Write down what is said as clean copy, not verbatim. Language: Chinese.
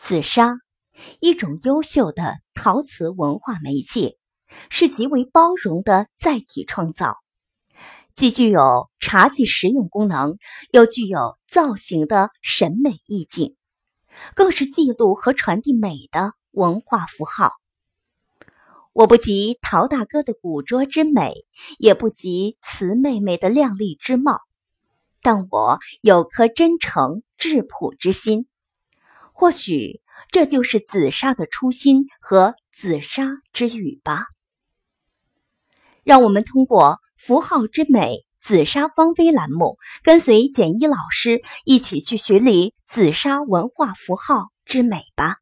紫砂，一种优秀的陶瓷文化媒介，是极为包容的载体创造，既具有茶具实用功能，又具有造型的审美意境，更是记录和传递美的文化符号。我不及陶大哥的古拙之美，也不及瓷妹妹的靓丽之貌，但我有颗真诚质朴之心。或许这就是紫砂的初心和紫砂之语吧。让我们通过符号之美紫砂芳菲栏目，跟随简一老师一起去寻觅紫砂文化符号之美吧。